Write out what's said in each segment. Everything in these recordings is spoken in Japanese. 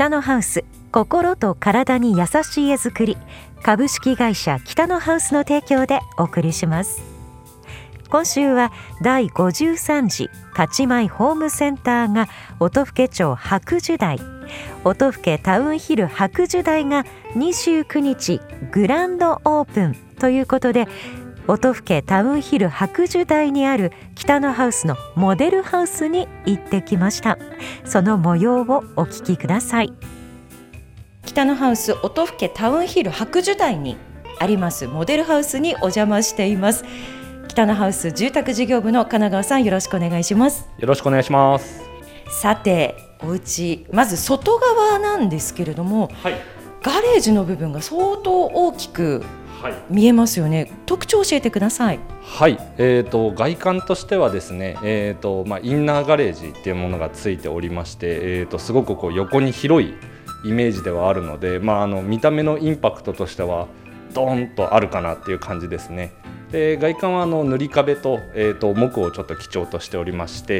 北のハウス、心と体に優しい絵作り、株式会社北のハウスの提供でお送りします。今週は第53次立前ホームセンターが音更町白樹台、音更タウンヒル白樹台が29日グランドオープンということで、音更タウンヒル白樹台にある北のハウスのモデルハウスに行ってきました。その模様をお聞きください。北のハウス音更タウンヒル白樹台にありますモデルハウスにお邪魔しています。北のハウス住宅事業部の金川さん、よろしくお願いします。 よろしくお願いします。 さて、お家まず外側なんですけれども、 はい、 ガレージの部分が相当大きく見えますよね。特徴を教えてください。 はい、外観としてはですね、インナーガレージっていうものがついておりまして、すごくこう横に広いイメージではあるので、見た目のインパクトとしてはドーンとあるかなっていう感じですね。で、外観は塗り壁と、木をちょっと基調としておりまして、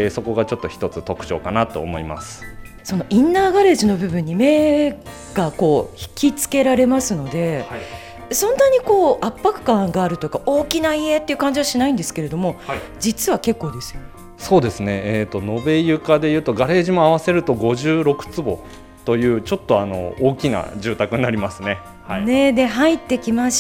そこがちょっと一つ特徴かなと思います。 そのインナーガレージの部分に目がこう引きつけられますので、はい、そんなにこう圧迫感があるとか大きな家っていう感じはしないんですけれども、はい、実は結構ですよ。 そうですね、延べ床でいうとガレージも合わせると56坪というちょっと大きな住宅になりますね。はい、 で入ってきまして、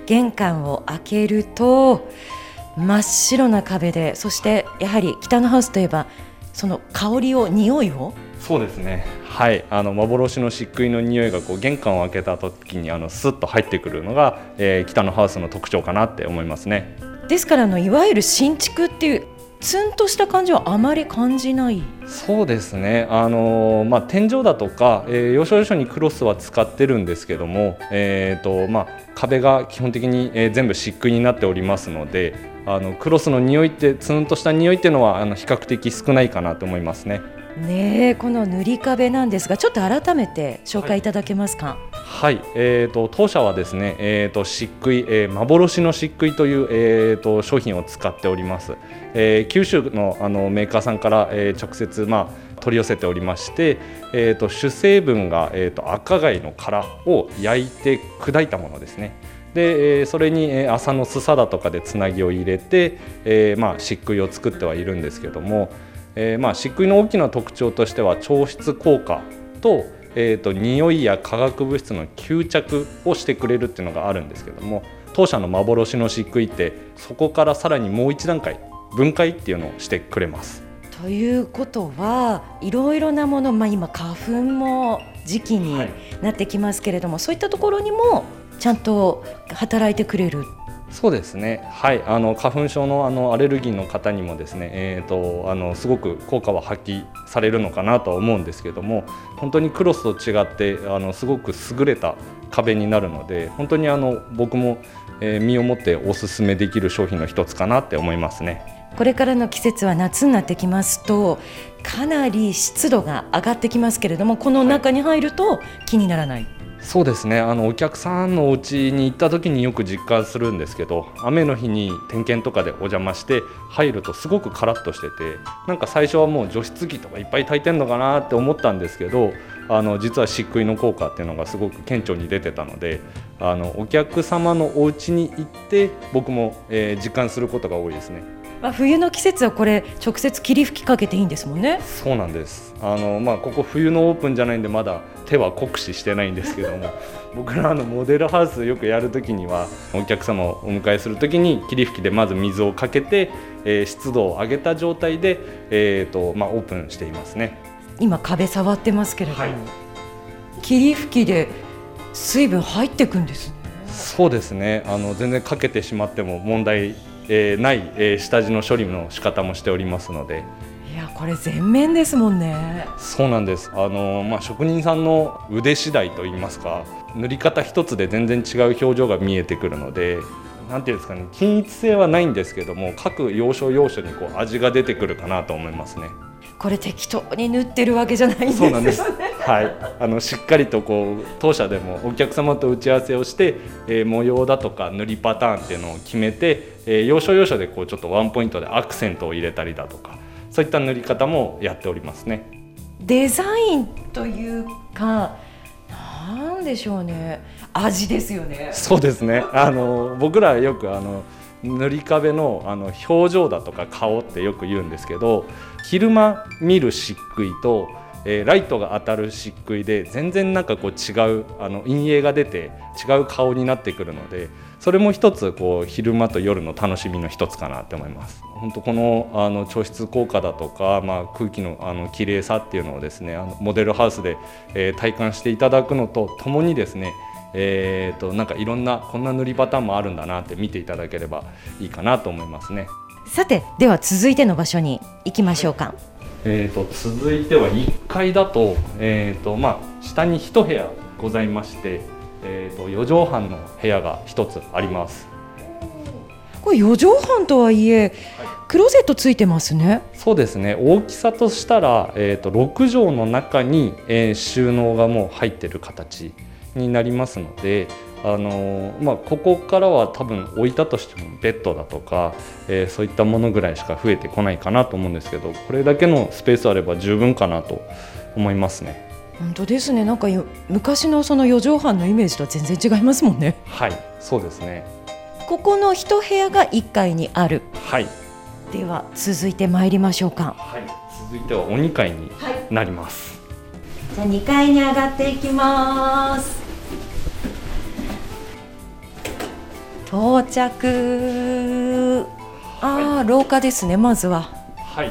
玄関を開けると真っ白な壁で、そしてやはり北のハウスといえばその香りを、匂いを、 そうですね、はい、幻の漆喰の匂いがこう玄関を開けた時にスッと入ってくるのが、北のハウスの特徴かなって思いますね。 ですからいわゆる新築っていうツンとした感じはあまり感じない。 そうですね、天井だとか、要所要所にクロスは使ってるんですけども、壁が基本的に、全部漆喰になっておりますので、クロスの匂いってツンとした匂いっていうのは比較的少ないかなと思いますね。 この塗り壁なんですが、ちょっと改めて紹介いただけますか。 はい、当社はですね、漆喰、幻の漆喰という、商品を使っております。九州の、メーカーさんから、直接、取り寄せておりまして、主成分が、赤貝の殻を焼いて砕いたものですね。で、それに麻のすさだとかでつなぎを入れて、漆喰を作ってはいるんですけども、漆喰の大きな特徴としては調湿効果と、匂いや化学物質の吸着をしてくれるっていうのがあるんですけども、当社の幻の漆喰ってそこからさらにもう一段階分解っていうのをしてくれます。 ということはいろいろなもの、今花粉も時期になってきますけれども、そういったところにもちゃんと働いてくれる。 そうですね、はい、花粉症のアレルギーの方にもですね、すごく効果は発揮されるのかなとは思うんですけども、本当にクロスと違ってすごく優れた壁になるので、本当に僕も、身をもってお勧めできる商品の一つかなって思いますね。 これからの季節は夏になってきますと、かなり湿度が上がってきますけれども、この中に入ると気にならない。 そうですね、お客さんのお家に行った時によく実感するんですけど、雨の日に点検とかでお邪魔して入るとすごくカラッとしてて、なんか最初はもう除湿機とかいっぱい焚いてんのかなって思ったんですけど、実は漆喰の効果っていうのがすごく顕著に出てたので、お客様のお家に行って僕も、実感することが多いですね。 冬の季節はこれ直接霧吹きかけていいんですもんね。 そうなんです。ここ冬のオープンじゃないんでまだ手は酷使してないんですけども僕らモデルハウスよくやるときには、お客様をお迎えするときに霧吹きでまず水をかけて、湿度を上げた状態で、オープンしていますね。 今壁触ってますけれども、霧吹きで水分入ってくんですね。 そうですね、全然かけてしまっても問題ない、下地の処理の仕方もしておりますので。 いや、これ全面ですもんね。 そうなんです。職人さんの腕次第といいますか、塗り方一つで全然違う表情が見えてくるので、なんていうんですかね、均一性はないんですけども、各要所要所にこう味が出てくるかなと思いますね。 これ適当に塗ってるわけじゃないんですよね。 そうなんです、はい、しっかりとこう当社でもお客様と打ち合わせをして、模様だとか塗りパターンっていうのを決めて、要所要所でこうちょっとワンポイントでアクセントを入れたりだとか、そういった塗り方もやっておりますね。 デザインというかなんでしょうね、味ですよね。 そうですね。僕らよく塗り壁の表情だとか顔ってよく言うんですけど、昼間見る漆喰と、ライトが当たる漆喰で全然なんかこう違う陰影が出て違う顔になってくるので、それも一つこう昼間と夜の楽しみの一つかなって思います。本当この調湿効果だとか、空気の綺麗さっていうのをですねモデルハウスで、体感していただくのとともにですね、なんかいろんなこんな塗りパターンもあるんだなって見ていただければいいかなと思いますね。 さてでは続いての場所に行きましょうか。 続いては1階だと、下に1部屋ございまして、4畳半の部屋が1つあります。 これ4畳半とはいえ、クローゼットついてますね。 そうですね。大きさとしたら、6畳の中に、収納がもう入っている形になりますので、ここからは多分置いたとしてもベッドだとか、そういったものぐらいしか増えてこないかなと思うんですけど、これだけのスペースあれば十分かなと思いますね。 本当ですね。なんか昔のその4畳半のイメージとは全然違いますもんね。 はい、そうですね。 ここの一部屋が1階にある。 はい。 では続いて参りましょうか。 はい。続いてはお2階になります。 じゃあ2階に上がっていきます。到着。廊下ですね。まずは。はい。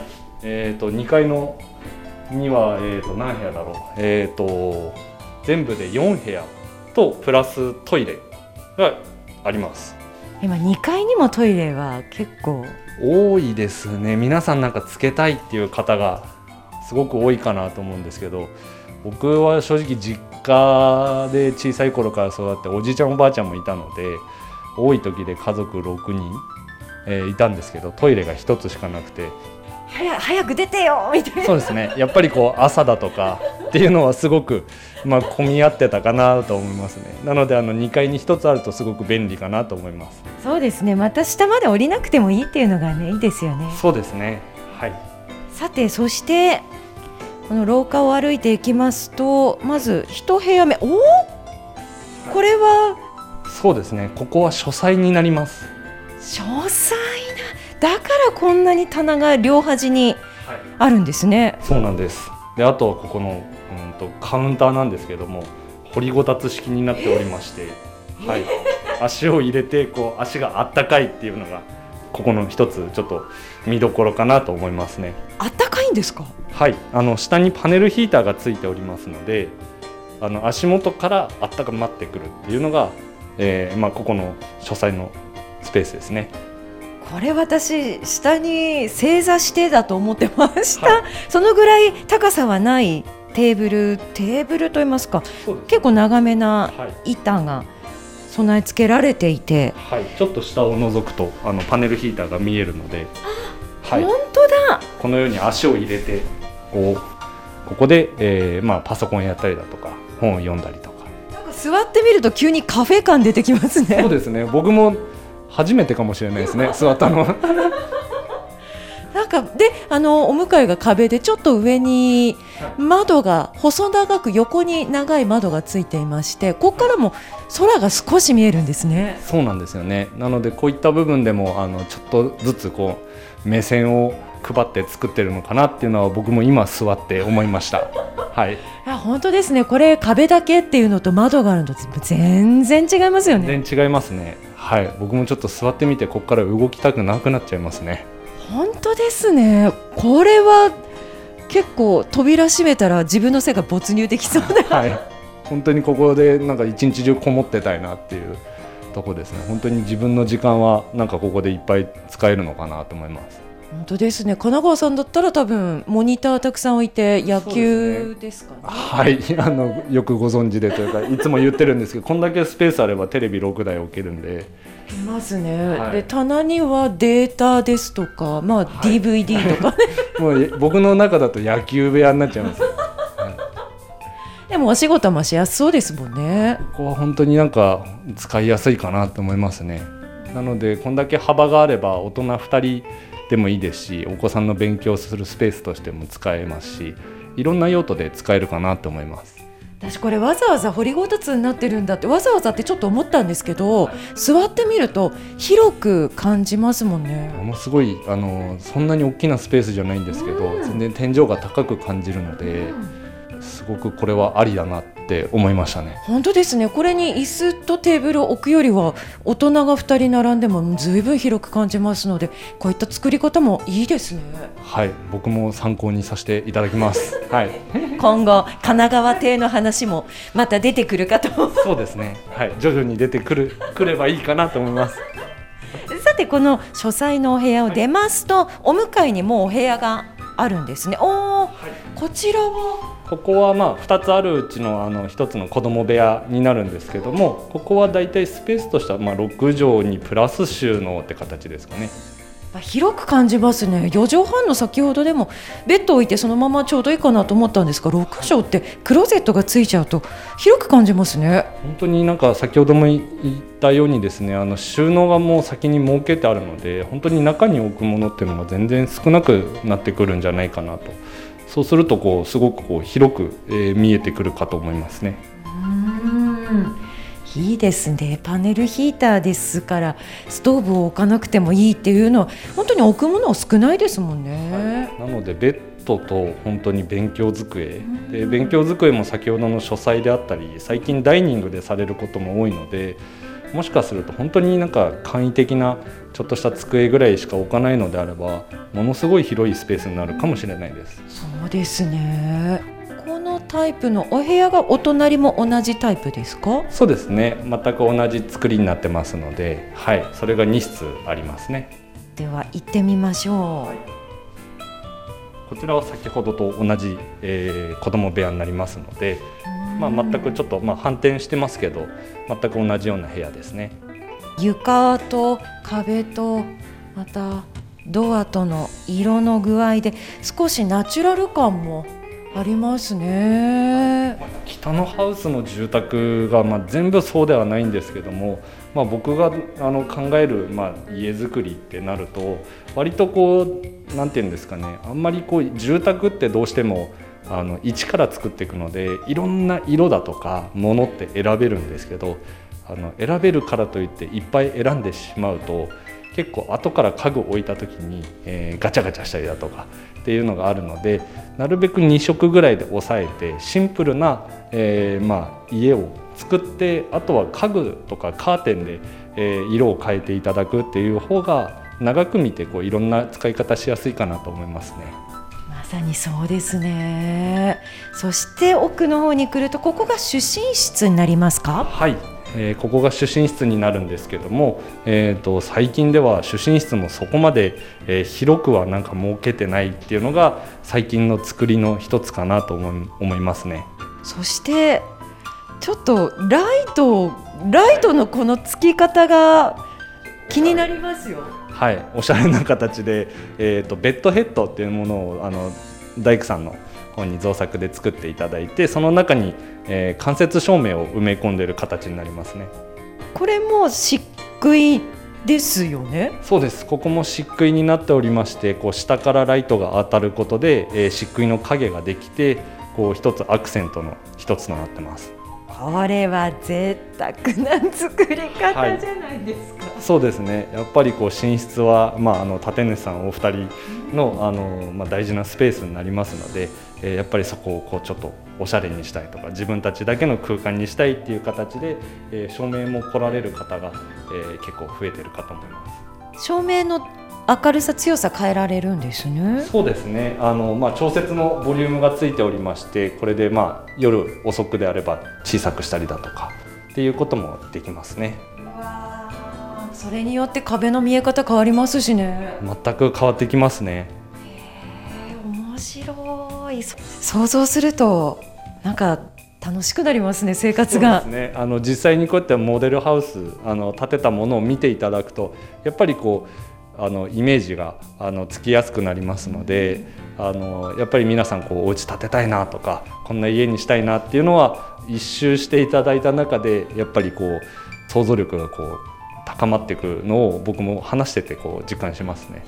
2階のには何部屋だろう。全部で4部屋とプラストイレがあります。 今2階にもトイレは結構多いですね。皆さんなんかつけたいっていう方がすごく多いかなと思うんですけど、僕は正直実家で小さい頃から育っておじいちゃんおばあちゃんもいたので、多い時で家族6人、いたんですけど、トイレが1つしかなくて、 早く出てよみたいな。 そうですね。やっぱりこう朝だとかっていうのはすごく混み合ってたかなと思いますね。なので2階に1つあるとすごく便利かなと思います。 そうですね。また下まで降りなくてもいいっていうのがね、いいですよね。 そうですね。はい。 さてそしてこの廊下を歩いていきますと、まず1部屋目、これはそうですね。ここは書斎になります。 書斎だからこんなに棚が両端にあるんですね。 そうなんです。で、あとここの、カウンターなんですけども、掘りごたつ式になっておりまして、はい、足を入れてこう足があったかいっていうのがここの一つちょっと見どころかなと思いますね。 あったかいんですか？ はい、下にパネルヒーターがついておりますので、足元からあったかまってくるっていうのが、ここの書斎のスペースですね。 これ私下に正座してだと思ってました、そのぐらい高さはないテーブルといいますか、結構長めな板が備え付けられていて、 ちょっと下を覗くとパネルヒーターが見えるので、 本当だ。 このように足を入れてここで、パソコンやったりだとか本を読んだりとか、 なんか座ってみると急にカフェ感出てきますね。 そうですね。僕も初めてかもしれないですね、座ったの。 なんかでお向かいが壁でちょっと上に窓が細長く横に長い窓がついていまして、ここからも空が少し見えるんですね。 そうなんですよね。なのでこういった部分でもちょっとずつこう目線を配って作ってるのかなっていうのは僕も今座って思いました。はい。いや本当ですね。これ壁だけっていうのと窓があるのと全然違いますよね。 全然違いますね。はい。僕もちょっと座ってみてここから動きたくなくなっちゃいますね。 本当ですね。これは結構扉閉めたら自分の世界没入できそうな。 はい。本当にここでなんか一日中こもってたいなっていうとこですね。本当に自分の時間はなんかここでいっぱい使えるのかなと思います。 本当ですね。神奈川さんだったら多分モニターたくさん置いて野球ですかね。 はい、よくご存知でというかいつも言ってるんですけど、こんだけスペースあればテレビ6台置けるんで。 いますね。で棚にはデータですとか、DVD とかね。 もう僕の中だと野球部屋になっちゃいます。 でもお仕事もしやすそうですもんね。 ここは本当になんか使いやすいかなと思いますね。なのでこんだけ幅があれば大人2人でもいいですし、お子さんの勉強するスペースとしても使えますし、 いろんな用途で使えるかなと思います。 私これわざわざ掘りごたつになってるんだってわざわざってちょっと思ったんですけど、座ってみると広く感じますもんね。 ものすごいそんなに大きなスペースじゃないんですけど、全然天井が高く感じるので、すごくこれはありだなって思いましたね。 本当ですね。これに椅子とテーブルを置くよりは大人が2人並んでもずいぶん広く感じますので、こういった作り方もいいですね。 はい、僕も参考にさせていただきます。はい、 今後神奈川邸の話もまた出てくるかとそうですね、はい、徐々に出てくればいいかなと思います。 さてこの書斎のお部屋を出ますと、お向かいにもうお部屋があるんですね。こちらはここは2つあるうちの1つの子供部屋になるんですけども、ここはだいたいスペースとしては6畳にプラス収納って形ですかね。 広く感じますね。4畳半の先ほどでもベッドを置いてそのままちょうどいいかなと思ったんですが、6畳ってクローゼットがついちゃうと広く感じますね。 本当に先ほども言ったようにですね、収納がもう先に設けてあるので、本当に中に置くものっていうのが全然少なくなってくるんじゃないかなと。そうするとすごく広く、見えてくるかと思いますね。 いいですね。パネルヒーターですからストーブを置かなくてもいいっていうのは本当に置くもの少ないですもんね。 なのでベッドと本当に勉強机で、勉強机も先ほどの書斎であったり、最近ダイニングでされることも多いので、もしかすると本当に簡易的なちょっとした机ぐらいしか置かないのであれば、ものすごい広いスペースになるかもしれないです。 そうですね。このタイプのお部屋がお隣も同じタイプですか？ そうですね、全く同じ作りになってますので、はい、それが2室ありますね。 では行ってみましょう。 こちらは先ほどと同じ、子供部屋になりますので、全くちょっと反転してますけど、全く同じような部屋ですね。 床と壁とまたドアとの色の具合で少しナチュラル感もありますね。 北のハウスの住宅が全部そうではないんですけども、僕が考える家づくりってなると、割となんていうんですかね、あんまり住宅ってどうしても一から作っていくので、いろんな色だとかものって選べるんですけど、選べるからといっていっぱい選んでしまうと、結構後から家具を置いた時に、ガチャガチャしたりだとかっていうのがあるので、なるべく2色ぐらいで抑えてシンプルな、家を作って、あとは家具とかカーテンで、色を変えていただくっていう方が長く見ていろんな使い方しやすいかなと思いますね。 まさにそうですね。そして奥の方に来ると、ここが主寝室になりますか？ はい、ここが主寝室になるんですけども、最近では主寝室もそこまで、広くは設けてないっていうのが最近の作りの一つかなと思いますね。 そしてちょっとライトのこのつき方が気になりますよ。 はい、おしゃれな形で、ベッドヘッドっていうものを大工さんの方に造作で作っていただいて、その中に、間接照明を埋め込んでいる形になりますね。 これも漆喰ですよね？ そうです。ここも漆喰になっておりまして、下からライトが当たることで、漆喰の影ができて、一つアクセントの一つとなってます。 これは贅沢な作り方じゃないですか。 そうですね。やっぱり寝室は、建主さんお二人の、大事なスペースになりますので、やっぱりそこをちょっとおしゃれにしたいとか、自分たちだけの空間にしたいっていう形で、照明も来られる方が、結構増えてるかと思います。 照明の明るさ強さ変えられるんですね。 そうですね。調節のボリュームがついておりまして、これで夜遅くであれば小さくしたりだとかっていうこともできますね。 それによって壁の見え方変わりますしね。 全く変わってきますね。 面白い。想像すると楽しくなりますね、生活が。 そうですね。実際にこうやってモデルハウス建てたものを見ていただくと、やっぱりイメージがつきやすくなりますので、やっぱり皆さんお家建てたいなとか、こんな家にしたいなっていうのは一周していただいた中で、やっぱり想像力が高まっていくのを僕も話してて実感しますね。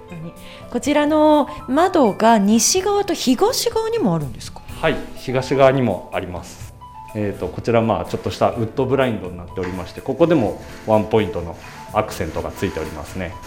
こちらの窓が西側と東側にもあるんですか？ はい、東側にもあります。こちらちょっとしたウッドブラインドになっておりまして、ここでもワンポイントのアクセントがついておりますね。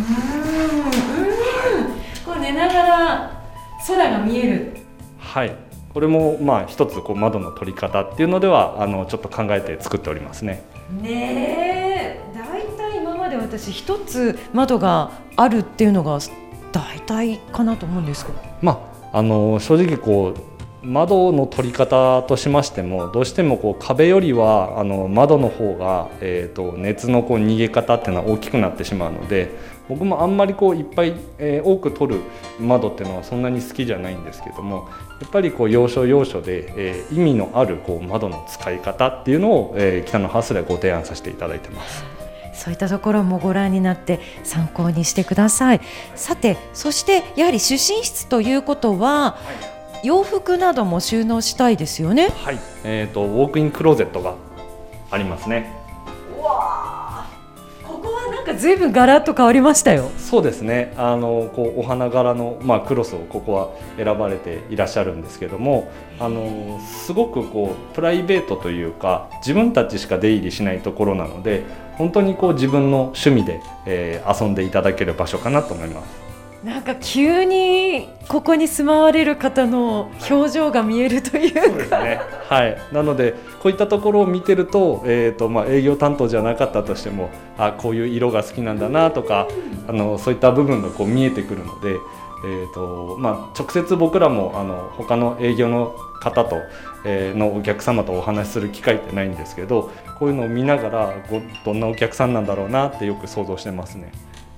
こう寝ながら空が見える。 はい、これも一つ窓の取り方っていうのではちょっと考えて作っておりますね。 ねえ、だいたい今まで私一つ窓があるっていうのがだいたいかなと思うんですけど、 正直窓の取り方としましても、どうしても壁よりは窓の方が、熱の逃げ方っていうのは大きくなってしまうので、僕もあんまりいっぱい、多く取る窓っていうのはそんなに好きじゃないんですけども、やっぱり要所要所で、意味のある窓の使い方っていうのを、北のハウスでご提案させていただいてます。 そういったところもご覧になって参考にしてください。さて、そしてやはり主寝室ということは、洋服なども収納したいですよね。 はい、ウォークインクローゼットがありますね。 うわー、ここはなんか随分ガラッと変わりましたよ。 そうですね、お花柄の、クロスをここは選ばれていらっしゃるんですけども、すごくプライベートというか、自分たちしか出入りしないところなので、本当に自分の趣味で、遊んでいただける場所かなと思います。 なんか急にここに住まわれる方の表情が見えるというか、 そうですね、はい、なのでこういったところを見てると、営業担当じゃなかったとしても、こういう色が好きなんだなとか、そういった部分が見えてくるので、直接僕らも他の営業の方と、のお客様とお話しする機会ってないんですけど、こういうのを見ながらどんなお客さんなんだろうなってよく想像してますね。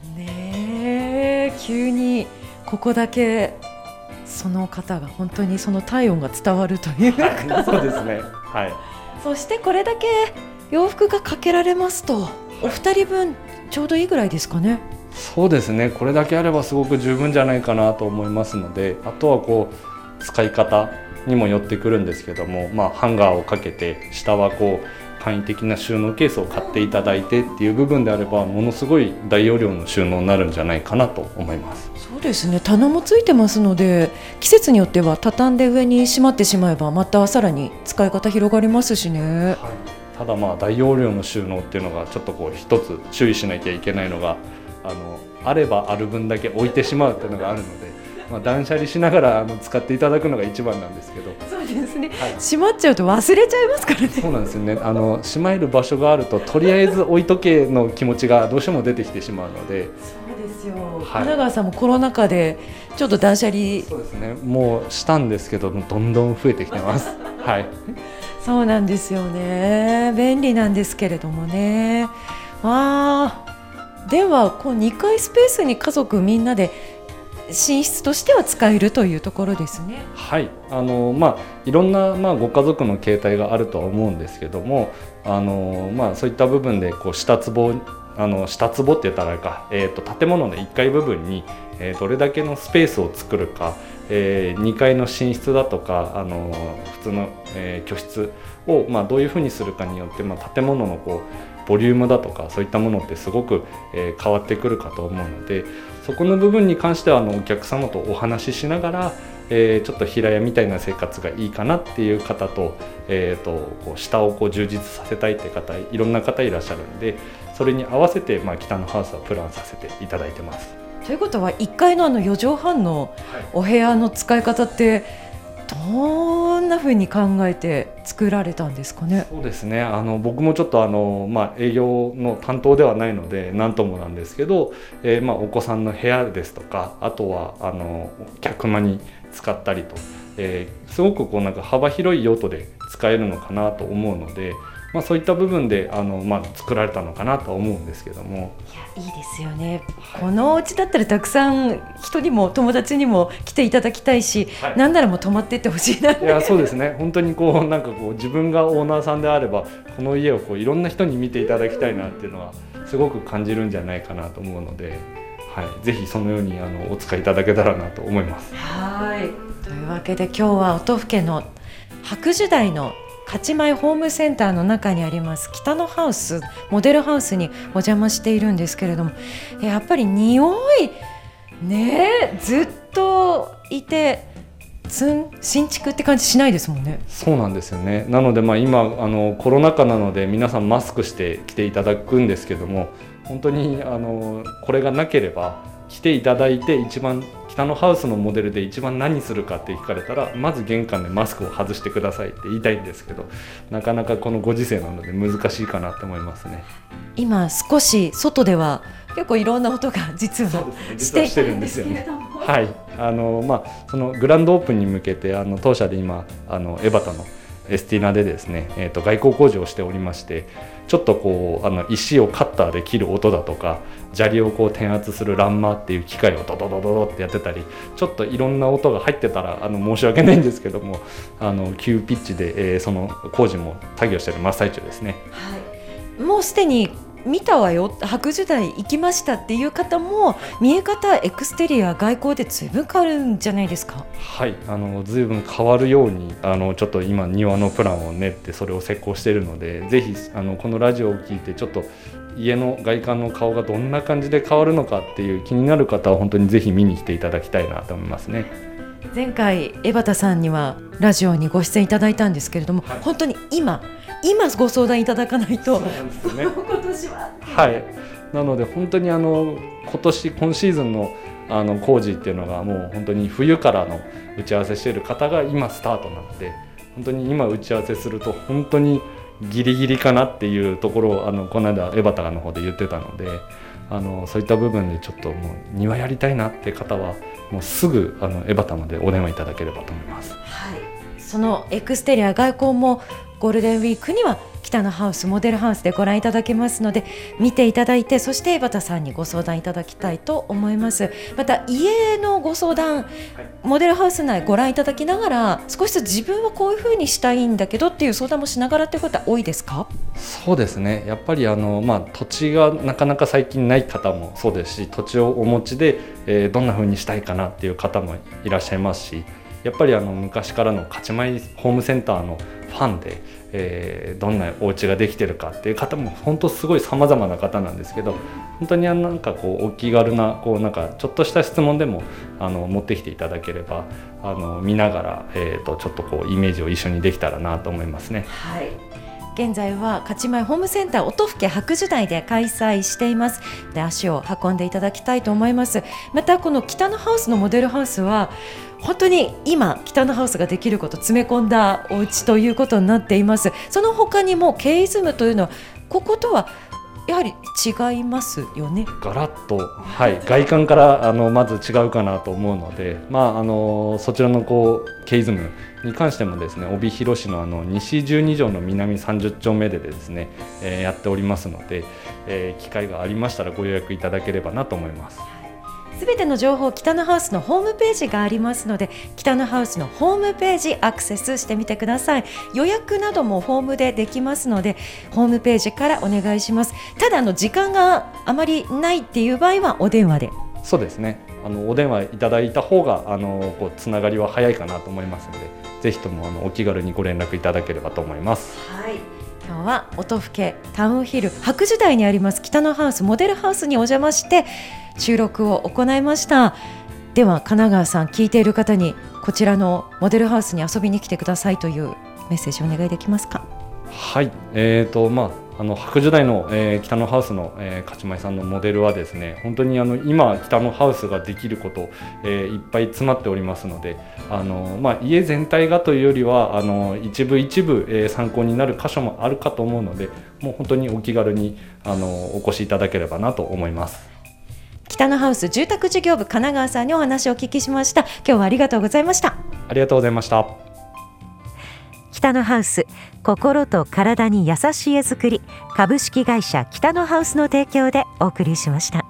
急にここだけその方が本当にその体温が伝わるというか、 はい、そうですね、はい、 そしてこれだけ洋服がかけられますと、お二人分ちょうどいいぐらいですかね。 そうですね、これだけあればすごく十分じゃないかなと思いますので、あとは使い方にもよってくるんですけども、ハンガーをかけて下は簡易的な収納ケースを買っていただいてっていう部分であれば、ものすごい大容量の収納になるんじゃないかなと思います。 そうですね、棚もついてますので、季節によっては畳んで上にしまってしまえばまたさらに使い方広がりますしね。はい、 ただ大容量の収納っていうのがちょっと一つ注意しなきゃいけないのが、あればある分だけ置いてしまうっていうのがあるので、断捨離しながら使っていただくのが一番なんですけど。 そうですね、 はい、 しまっちゃうと忘れちゃいますからね。 そうなんですよね、しまえる場所があるととりあえず置いとけの気持ちがどうしても出てきてしまうので。 そうですよ、 はい、 花川さんもコロナ禍でちょっと断捨離。 そうですね、もうしたんですけど、どんどん増えてきてますはい、 そうなんですよね、便利なんですけれどもね。では2階スペースに家族みんなで寝室としては使えるというところですね。 はい、いろんな、ご家族の形態があるとは思うんですけども、そういった部分で下坪って言ったらあれか、建物の1階部分に、どれだけのスペースを作るか、2階の寝室だとか普通の、居室を、どういうふうにするかによって、建物のボリュームだとかそういったものってすごく、変わってくるかと思うので、そこの部分に関してはお客様とお話ししながら、ちょっと平屋みたいな生活がいいかなっていう方と、下を充実させたいって方、いろんな方いらっしゃるんで、それに合わせて、北のハウスはプランさせていただいてます。 ということは1階の4畳半のお部屋の使い方ってどんな風に考えて作られたんですかね。 そうですね、僕もちょっと営業の担当ではないので何ともなんですけど、お子さんの部屋ですとか、あとは客間に使ったりと、すごくなんか幅広い用途で使えるのかなと思うので、そういった部分で作られたのかなとは思うんですけども。 いいですよね、はい、このお家だったらたくさん人にも友達にも来ていただきたいし、はい、なんならもう泊まっていってほしいな。いや、そうですね、本当になんか自分がオーナーさんであればこの家をいろんな人に見ていただきたいなっていうのはすごく感じるんじゃないかなと思うので、はい、ぜひそのようにお使いいただけたらなと思います。 はい、というわけで今日は音更の白樹台の勝前ホームセンターの中にあります北のハウスモデルハウスにお邪魔しているんですけれども、やっぱり匂いねえ、ずっといて新築って感じしないですもんね。 そうなんですよね。なので今コロナ禍なので皆さんマスクして来ていただくんですけども、本当にこれがなければ来ていただいて一番北のハウスのモデルで一番何するかって聞かれたら、まず玄関でマスクを外してくださいって言いたいんですけど、なかなかこのご時世なので難しいかなと思いますね。 今少し外では結構いろんな音が実はしてるんですよね。はい、そのグランドオープンに向けて当社で今江端のエスティナでですね、外交工事をしておりまして、ちょっと石をカッターで切る音だとか、砂利を転圧するランマーっていう機械をドドドドドってやってたり、ちょっといろんな音が入ってたら申し訳ないんですけども、急ピッチで、その工事も作業している真っ最中ですね。 はい、もうすでに見たわよ、白樹台行きましたっていう方も見え方、エクステリア、外交で随分変わるんじゃないですか。 はい、随分変わるようにちょっと今庭のプランを練ってそれを施工しているので、ぜひこのラジオを聞いてちょっと家の外観の顔がどんな感じで変わるのかっていう気になる方は本当にぜひ見に来ていただきたいなと思いますね。 前回江端さんにはラジオにご出演いただいたんですけれども、はい、本当に今ご相談いただかないと。そうなんですよね。今年は、 はい、なので本当に今シーズンの工事っていうのがもう本当に冬からの打ち合わせしている方が今スタートなので、本当に今打ち合わせすると本当にギリギリかなっていうところをこの間江端の方で言ってたので、そういった部分でちょっともう庭やりたいなって方はもうすぐ江端までお電話いただければと思います。 はい、そのエクステリア、外交もゴールデンウィークには北のハウス、モデルハウスでご覧いただけますので、見ていただいて、そして江端さんにご相談いただきたいと思います。また家のご相談、はい、モデルハウス内ご覧いただきながら、少しずつ自分はこういうふうにしたいんだけどっていう相談もしながらということは多いですか？ そうですね、やっぱり土地がなかなか最近ない方もそうですし、土地をお持ちで、どんなふうにしたいかなっていう方もいらっしゃいますし、やっぱり昔からの勝前ホームセンターのファンで、どんなお家ができてるかっていう方も本当すごい様々な方なんですけど、本当になんかお気軽ななんかちょっとした質問でも持ってきていただければ見ながら、ちょっとイメージを一緒にできたらなと思いますね。 はい、現在は勝前ホームセンター音更白樹台で開催しています。で、足を運んでいただきたいと思います。またこの北のハウスのモデルハウスは本当に今北のハウスができること詰め込んだお家ということになっています。その他にもケイズムというのはこことはやはり違いますよね。 ガラッと、はい、外観からまず違うかなと思うので、そちらのケイズムに関してもですね、帯広市の西12条の南30丁目でですね、やっておりますので、機会がありましたらご予約いただければなと思います。 すべての情報、北のハウスのホームページがありますので、北のハウスのホームページアクセスしてみてください。予約などもフォームでできますので、ホームページからお願いします。ただ時間があまりないっていう場合はお電話で。 そうですね、お電話いただいた方がつながりは早いかなと思いますので、ぜひともお気軽にご連絡いただければと思います。 はい、今日は音更タウンヒル白樹台にあります北のハウスモデルハウスにお邪魔して収録を行いました。では神奈川さん、聞いている方にこちらのモデルハウスに遊びに来てくださいというメッセージをお願いできますか？ はい、白樹台の、北のハウスの、勝前さんのモデルはですね、本当に今北のハウスができること、いっぱい詰まっておりますので、家全体がというよりは一部、参考になる箇所もあるかと思うので、もう本当にお気軽にお越しいただければなと思います。 北のハウス住宅事業部神奈川さんにお話をお聞きしました。今日はありがとうございました。 ありがとうございました。 北のハウス、心と体に優しい家づくり、株式会社北のハウスの提供でお送りしました。